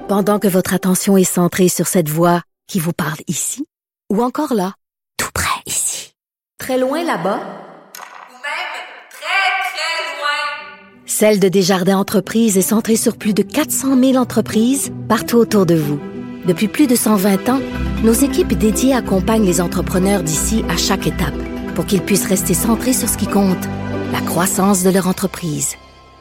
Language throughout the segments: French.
Pendant que votre attention est centrée sur cette voix qui vous parle ici, ou encore là, tout près ici, très loin là-bas, ou même très, très loin. Celle de Desjardins Entreprises est centrée sur plus de 400 000 entreprises partout autour de vous. Depuis plus de 120 ans, nos équipes dédiées accompagnent les entrepreneurs d'ici à chaque étape pour qu'ils puissent rester centrés sur ce qui compte, la croissance de leur entreprise.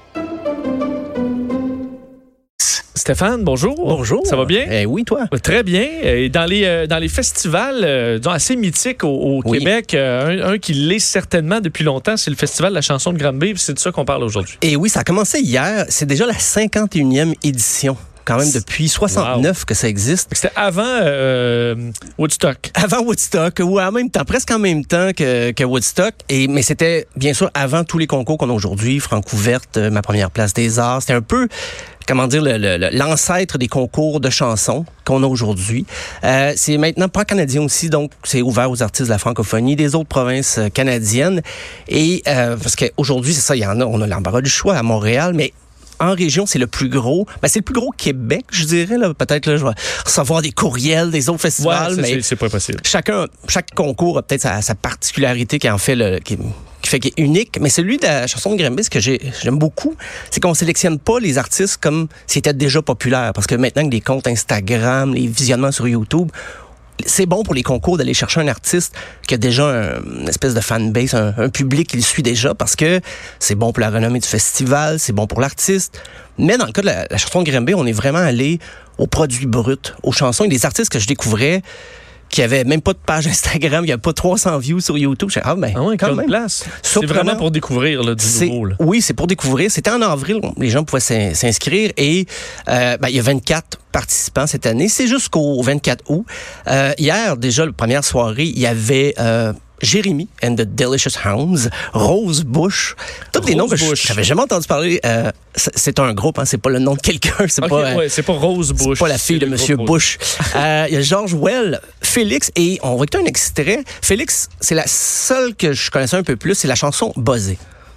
Stéphane, bonjour. Bonjour. Ça va bien? Oui, toi? Très bien. Et dans les festivals assez mythiques au Québec, un qui l'est certainement depuis longtemps, c'est le Festival de la chanson de Granby. C'est de ça qu'on parle aujourd'hui. Et oui, ça a commencé hier. C'est déjà la 51e édition. Quand même depuis 69 que ça existe. C'était avant Woodstock. Avant Woodstock, ou en même temps, presque en même temps que Woodstock. Mais c'était bien sûr avant tous les concours qu'on a aujourd'hui, Francouverte, Ma première place des arts. C'était un peu, comment dire, l'ancêtre des concours de chansons qu'on a aujourd'hui. C'est maintenant pan-canadien aussi, donc c'est ouvert aux artistes de la francophonie, des autres provinces canadiennes. Et parce qu'aujourd'hui, c'est ça, on a l'embarras du choix à Montréal, mais en région, c'est le plus gros. C'est le plus gros Québec, je dirais. Là. Peut-être là, je vais recevoir des courriels des autres festivals. Ouais, c'est pas possible. Chaque concours a peut-être sa particularité qui en fait qui fait qu'il est unique. Mais celui de la chanson de Granby, ce que j'aime beaucoup, c'est qu'on sélectionne pas les artistes comme s'ils étaient déjà populaires. Parce que maintenant que les comptes Instagram, les visionnements sur YouTube, c'est bon pour les concours d'aller chercher un artiste qui a déjà une espèce de fanbase, un public qui le suit déjà, parce que c'est bon pour la renommée du festival, c'est bon pour l'artiste. Mais dans le cas de la chanson de Granby, on est vraiment allé aux produits bruts, aux chansons et des artistes que je découvrais qui avait même pas de page Instagram, il n'y a pas 300 views sur YouTube. Quand même. Place. C'est vraiment pour découvrir là, du nouveau. Là. Oui, c'est pour découvrir. C'était en avril, les gens pouvaient s'inscrire et il y a 24 participants cette année. C'est jusqu'au 24 août. Hier, déjà, la première soirée, il y avait Jérémy and the Delicious Hounds, Rose Bush. Tous les noms que je n'avais jamais entendu parler. C'est un groupe, hein, c'est pas le nom de quelqu'un. C'est pas Rose Bush. C'est pas la fille de Monsieur Bush. Il y a George Well, Félix, et on va écouter un extrait. Félix, c'est la seule que je connaissais un peu plus, c'est la chanson Buzzé.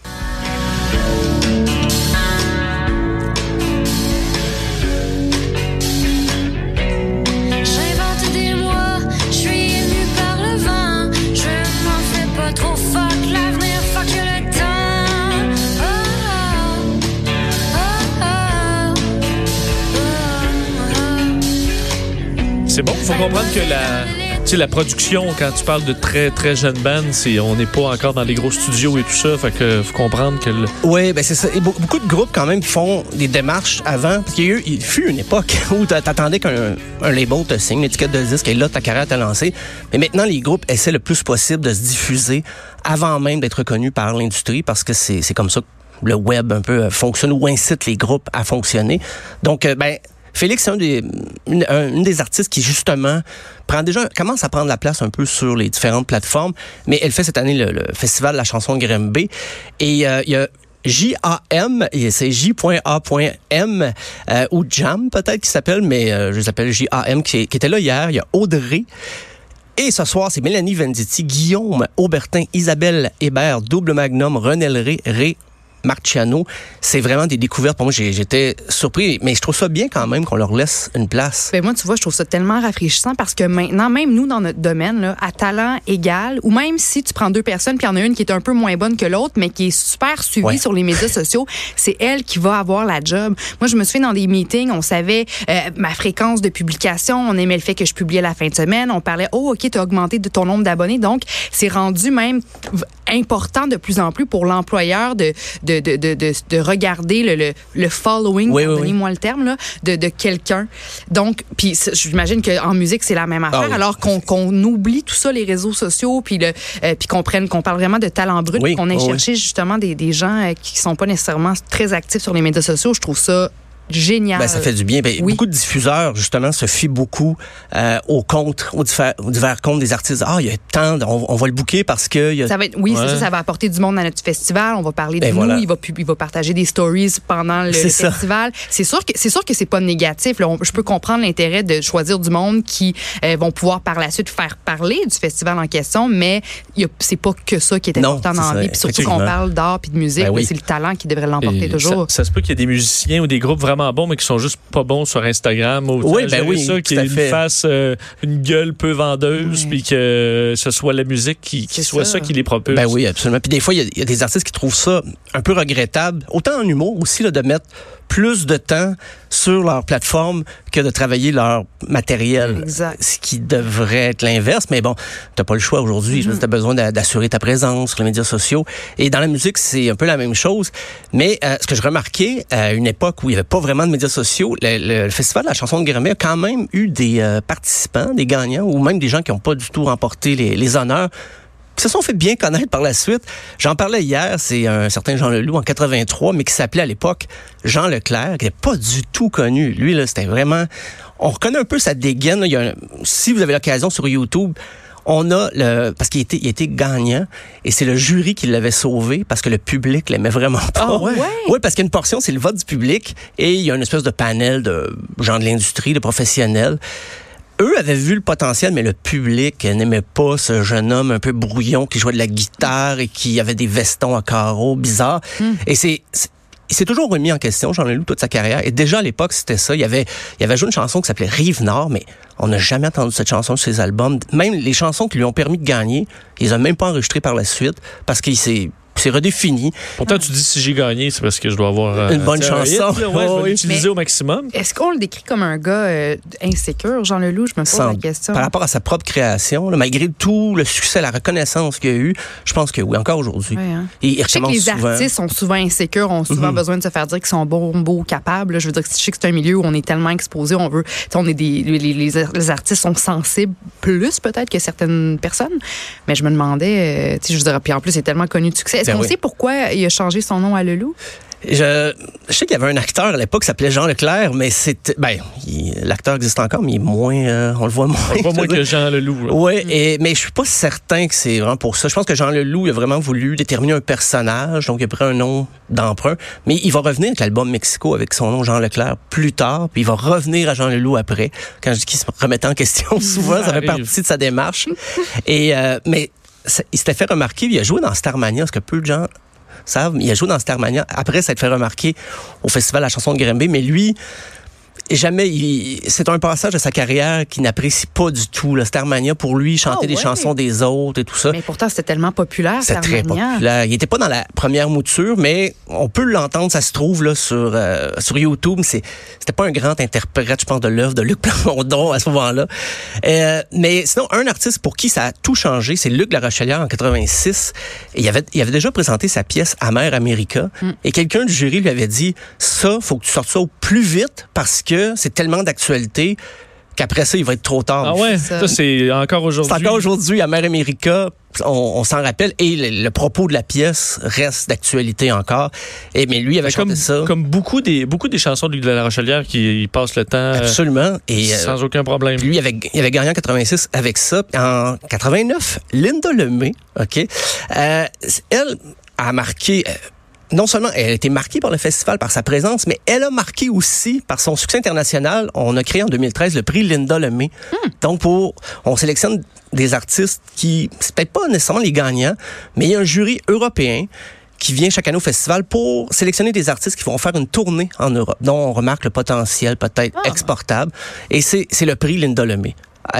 C'est bon, il faut comprendre que la production, quand tu parles de très, très jeunes bandes, on n'est pas encore dans les gros studios et tout ça, fait que faut comprendre que... Oui, c'est ça. Et beaucoup de groupes, quand même, font des démarches avant, parce qu'il fut une époque où t'attendais qu'un label te signe, une étiquette de disque, et là, ta carrière t'a lancé. Mais maintenant, les groupes essaient le plus possible de se diffuser avant même d'être reconnus par l'industrie, parce que c'est comme ça que le web un peu fonctionne, ou incite les groupes à fonctionner. Donc, Félix, c'est une des artistes qui, justement, commence à prendre la place un peu sur les différentes plateformes. Mais elle fait cette année le Festival de la chanson de Granby. Et il y a JAM, c'est J.A.M, ou Jam peut-être qui s'appelle, mais je les appelle JAM, qui était là hier. Il y a Audrey. Et ce soir, c'est Mélanie Venditti, Guillaume Aubertin, Isabelle Hébert, Double Magnum, René Ré, Marciano. C'est vraiment des découvertes. Pour moi, j'étais surpris, mais je trouve ça bien quand même qu'on leur laisse une place. Moi, tu vois, je trouve ça tellement rafraîchissant parce que maintenant, même nous, dans notre domaine, là, à talent égal, ou même si tu prends deux personnes, puis il y en a une qui est un peu moins bonne que l'autre, mais qui est super suivie sur les médias sociaux, c'est elle qui va avoir la job. Moi, je me souviens dans des meetings, on savait ma fréquence de publication, on aimait le fait que je publiais la fin de semaine, on parlait, OK, tu as augmenté de ton nombre d'abonnés, donc c'est rendu même important de plus en plus pour l'employeur de regarder le following, pardonnez-moi le terme, là, de quelqu'un. Donc, puis j'imagine qu'en musique, c'est la même affaire, alors qu'on oublie tout ça, les réseaux sociaux, puis qu'on parle vraiment de talent brut, qu'on aille chercher justement des gens qui sont pas nécessairement très actifs sur les médias sociaux. Je trouve ça génial. Ça fait du bien. Beaucoup de diffuseurs, justement, se fient beaucoup aux divers comptes des artistes. Il y a tant, on va le booker parce que... Ça va être, ça va apporter du monde à notre festival. On va parler de nous. Il va partager des stories pendant le festival. C'est sûr que c'est pas négatif. Là, je peux comprendre l'intérêt de choisir du monde qui vont pouvoir par la suite faire parler du festival en question, mais c'est pas que ça qui est important dans la vie. Puis surtout qu'on parle d'art puis de musique, c'est le talent qui devrait l'emporter toujours. Ça se peut qu'il y ait des musiciens ou des groupes vraiment vraiment bons, mais qui sont juste pas bons sur Instagram. Oui, ça, qu'il nous fasse une gueule peu vendeuse, puis que ce soit la musique qui soit ça qui les propulse. Ben oui, absolument. Puis des fois, il y a des artistes qui trouvent ça un peu regrettable, autant en humour aussi, là, de mettre plus de temps sur leur plateforme que de travailler leur matériel. Exact. Ce qui devrait être l'inverse. Mais bon, t'as pas le choix aujourd'hui. Tu as besoin d'assurer ta présence sur les médias sociaux. Et dans la musique, c'est un peu la même chose. Mais ce que je remarquais à une époque où il n'y avait pas vraiment de médias sociaux, le Festival de la chanson de Granby a quand même eu des participants, des gagnants, ou même des gens qui n'ont pas du tout remporté les honneurs, qui se sont fait bien connaître par la suite. J'en parlais hier, c'est un certain Jean Leloup en 83, mais qui s'appelait à l'époque Jean Leclerc, qui n'est pas du tout connu. Lui, là, c'était vraiment... On reconnaît un peu sa dégaine. Là. Si vous avez l'occasion sur YouTube, on a parce qu'il était gagnant, et c'est le jury qui l'avait sauvé parce que le public l'aimait vraiment pas. Ah ouais? Oui, parce qu'il y a une portion, c'est le vote du public, et il y a une espèce de panel de gens de l'industrie, de professionnels. Eux avaient vu le potentiel, mais le public n'aimait pas ce jeune homme un peu brouillon qui jouait de la guitare et qui avait des vestons à carreaux bizarres. Et il s'est toujours remis en question, Jean Leloup, toute sa carrière. Et déjà à l'époque, c'était ça. Il avait joué une chanson qui s'appelait Rive-Nord, mais on n'a jamais entendu cette chanson sur ses albums. Même les chansons qui lui ont permis de gagner, il les a même pas enregistrées par la suite parce qu'il s'est redéfini. Pourtant, tu dis si j'ai gagné, c'est parce que je dois avoir une bonne chanson. Hit, là, je vais l'utiliser au maximum. Est-ce qu'on le décrit comme un gars insécure, Jean Leloup? Je me pose la question. Par rapport à sa propre création, là, malgré tout le succès, la reconnaissance qu'il a eu, je pense que oui, encore aujourd'hui. Oui, hein? Il je sais que les artistes sont souvent insécures, ont souvent besoin de se faire dire qu'ils sont beaux, capables. Là, je veux dire que je sais que c'est un milieu où on est tellement exposé, on est les artistes sont sensibles plus peut-être que certaines personnes. Mais je me demandais, je veux dire, puis en plus, il est tellement connu de succès. Est-ce qu'on sait pourquoi il a changé son nom à Leloup? Je sais qu'il y avait un acteur à l'époque qui s'appelait Jean Leclerc, mais l'acteur existe encore, mais il est moins, on le voit moins. On le voit moins que Jean Leloup. Oui, mais je suis pas certain que c'est vraiment pour ça. Je pense que Jean Leloup, il a vraiment voulu déterminer un personnage, donc il a pris un nom d'emprunt, mais il va revenir avec l'album Mexico avec son nom Jean Leclerc plus tard, puis il va revenir à Jean Leloup après. Quand je dis qu'il se remettait en question souvent, ça fait partie de sa démarche. Mais il s'était fait remarquer, il a joué dans Starmania, ce que peu de gens savent, il a joué dans Starmania. Après, ça a été fait remarquer au Festival de la chanson de Granby, mais lui, c'est un passage de sa carrière qu'il n'apprécie pas du tout. Le Starmania, pour lui, chanter des chansons des autres et tout ça. Mais pourtant, c'était tellement populaire, Starmania. C'était très populaire. Il n'était pas dans la première mouture, mais on peut l'entendre, ça se trouve là sur YouTube. C'était pas un grand interprète, je pense, de l'œuvre de Luc Plamondon à ce moment-là. Mais sinon, un artiste pour qui ça a tout changé, c'est Luc La Rochelière en 86. Et il avait déjà présenté sa pièce Amer America. Et quelqu'un du jury lui avait dit, ça, faut que tu sortes ça au plus vite parce que c'est tellement d'actualité qu'après ça, il va être trop tard. Ah ouais, ça c'est encore aujourd'hui. C'est encore aujourd'hui, Amer America, on s'en rappelle, et le propos de la pièce reste d'actualité encore. Mais lui, il avait chanté ça. Comme beaucoup des chansons de Luc de La Rochelière qui passent le temps. Absolument. Sans aucun problème. Lui, il avait gagné en 86 avec ça. En 89, Linda Lemay, elle a marqué... Non seulement elle a été marquée par le festival, par sa présence, mais elle a marqué aussi par son succès international. On a créé en 2013 le prix Linda Lemay. Donc, on sélectionne des artistes qui, c'est peut-être pas nécessairement les gagnants, mais il y a un jury européen qui vient chaque année au festival pour sélectionner des artistes qui vont faire une tournée en Europe, dont on remarque le potentiel peut-être exportable. Et c'est le prix Linda Lemay.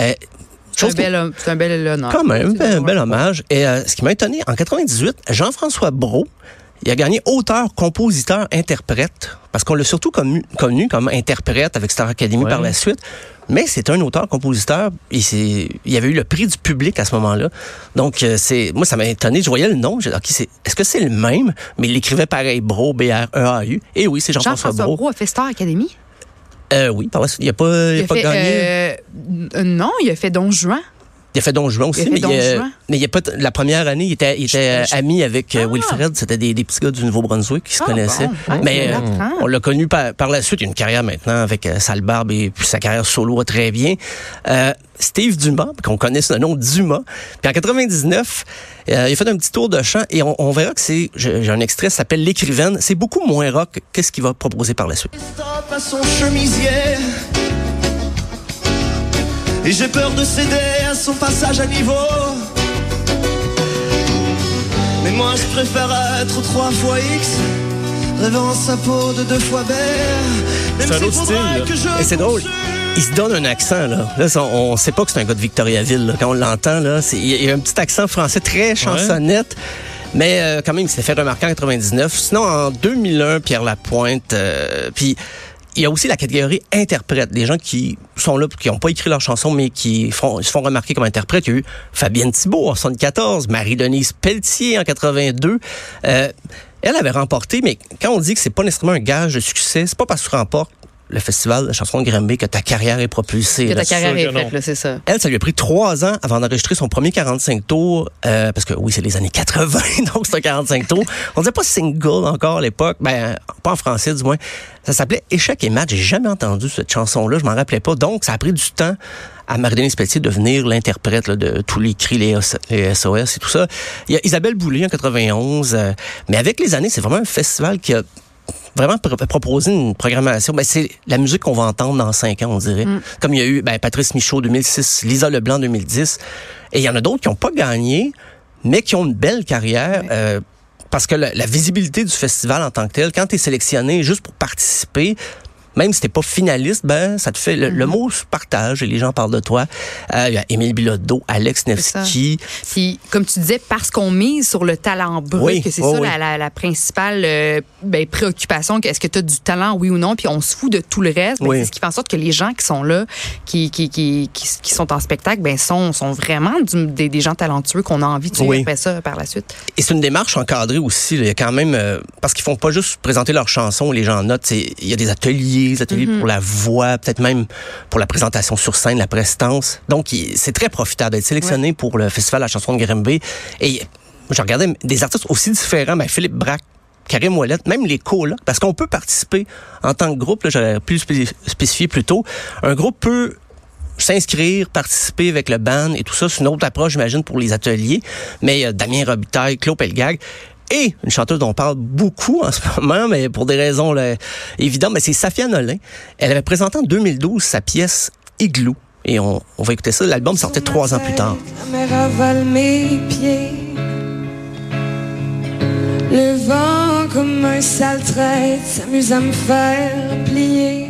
C'est un bel honneur. Quand même, un bel hommage. Et ce qui m'a étonné, en 98, Jean-François Brault, il a gagné auteur, compositeur, interprète, parce qu'on l'a surtout connu comme interprète avec Star Academy par la suite. Mais c'est un auteur-compositeur. Il y avait eu le prix du public à ce moment-là. Donc, moi, ça m'a étonné. Je voyais le nom. J'ai dit, est-ce que c'est le même? Mais il écrivait pareil, Brault, B-R-E-A-U. Et oui, c'est Jean-François Brault. Jean-François Brault a fait Star Academy? Oui, par la suite. Il n'a pas gagné. Non, il a fait Don Juan. Il a fait Don Juan aussi, mais il a pas la première année, il était ami avec Wilfred. C'était des petits gars du Nouveau-Brunswick qui se connaissaient. Bon. Mais on l'a connu par la suite. Il a une carrière maintenant avec Sale Barbe et puis sa carrière solo très bien. Steve Dumas, qu'on connaît sous le nom Dumas. Puis en 99, il a fait un petit tour de chant et on verra que j'ai un extrait, ça s'appelle L'Écrivaine. C'est beaucoup moins rock que ce qu'il va proposer par la suite. Stop à son chemisier. Et j'ai peur de céder à son passage à niveau. Mais moi je préfère être 3 fois X, rêvant sa peau de 2 fois vert, C'est un autre style, là. Et c'est drôle. Il se donne un accent, là. Là, on sait pas que c'est un gars de Victoriaville, là. Quand on l'entend, là, il y a un petit accent français très chansonnette. Mais quand même, il s'est fait remarquer en 99. Sinon, en 2001, Pierre Lapointe. Puis il y a aussi la catégorie interprète. Des gens qui sont là, qui n'ont pas écrit leurs chansons, mais qui se font remarquer comme interprètes. Il y a eu Fabienne Thibault en 74, Marie-Denise Pelletier en 82. Elle avait remporté, mais quand on dit que c'est pas nécessairement un gage de succès, c'est pas parce que tu remportes le festival de la chanson de Granby que ta carrière est propulsée. Que ta carrière est faite, là, c'est ça. Elle, ça lui a pris 3 ans avant d'enregistrer son premier 45 tours, parce que oui, c'est les années 80, donc c'est un 45 tours. On disait pas single encore à l'époque, pas en français du moins. Ça s'appelait Échec et match. J'ai jamais entendu cette chanson-là, je m'en rappelais pas. Donc, ça a pris du temps à Marie-Denise Pelletier de devenir l'interprète là, de tous les cris, les SOS et tout ça. Il y a Isabelle Boulay en 91, mais avec les années, c'est vraiment un festival qui a vraiment proposer une programmation. C'est la musique qu'on va entendre dans 5 ans, on dirait. Comme il y a eu Patrice Michaud 2006, Lisa Leblanc 2010. Et il y en a d'autres qui n'ont pas gagné, mais qui ont une belle carrière. Parce que la visibilité du festival en tant que tel, quand tu es sélectionné juste pour participer, même si t'es pas finaliste, ça te fait le mot se partage et les gens parlent de toi. Il y a Émile Bilodeau, Alex Nevsky. Puis, comme tu disais, parce qu'on mise sur le talent brut, que c'est la principale préoccupation, est-ce que tu as du talent, oui ou non, puis on se fout de tout le reste. C'est ce qui fait en sorte que les gens qui sont là, qui sont en spectacle, sont vraiment des gens talentueux qu'on a envie de suivre après ça par la suite. Et c'est une démarche encadrée aussi. Il y a quand même, parce qu'ils font pas juste présenter leurs chansons, les gens notent. Il y a des ateliers pour la voix, peut-être même pour la présentation sur scène, la prestance. Donc, c'est très profitable d'être sélectionné pour le Festival de la chanson de Granby. Et je regardais des artistes aussi différents, Philippe Braque, Karim Ouellette, même les colocs, parce qu'on peut participer en tant que groupe, là, j'aurais pu spécifier plus tôt. Un groupe peut s'inscrire, participer avec le band et tout ça. C'est une autre approche, j'imagine, pour les ateliers. Mais Damien Robitaille, Claude Pelgag, et une chanteuse dont on parle beaucoup en ce moment, mais pour des raisons évidentes, c'est Safia Nolin. Elle avait présenté en 2012 sa pièce Igloo. Et on va écouter ça. L'album sortait 3 ans plus tard. La mer avale mes pieds. Le vent comme un sale traître s'amuse à me faire plier.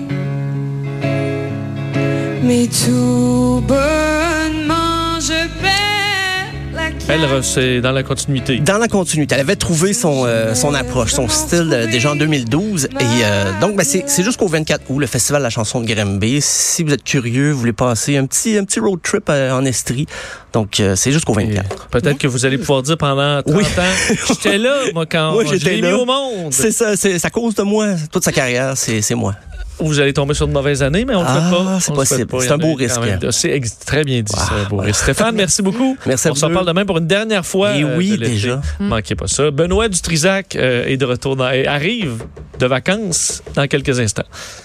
Mais tout bonnement je perds. Elle, c'est dans la continuité. Dans la continuité. Elle avait trouvé son approche, son style déjà en 2012. Et donc, c'est jusqu'au 24 août, le Festival de la chanson de Granby. Si vous êtes curieux, vous voulez passer un petit road trip en Estrie. Donc, c'est jusqu'au 24. Peut-être que vous allez pouvoir dire pendant 30 ans, j'étais là, moi, quand je l'ai mis au monde. C'est ça, c'est à cause de moi. Toute sa carrière, c'est moi. Vous allez tomber sur de mauvaises années, mais on ne le fait pas. C'est possible. C'est un beau risque. C'est très bien dit, c'est un beau risque. Stéphane, merci beaucoup. Merci à vous. On s'en parle demain pour une dernière fois. Et oui, déjà. Manquez pas ça. Benoît Dutrisac est de retour arrive de vacances dans quelques instants.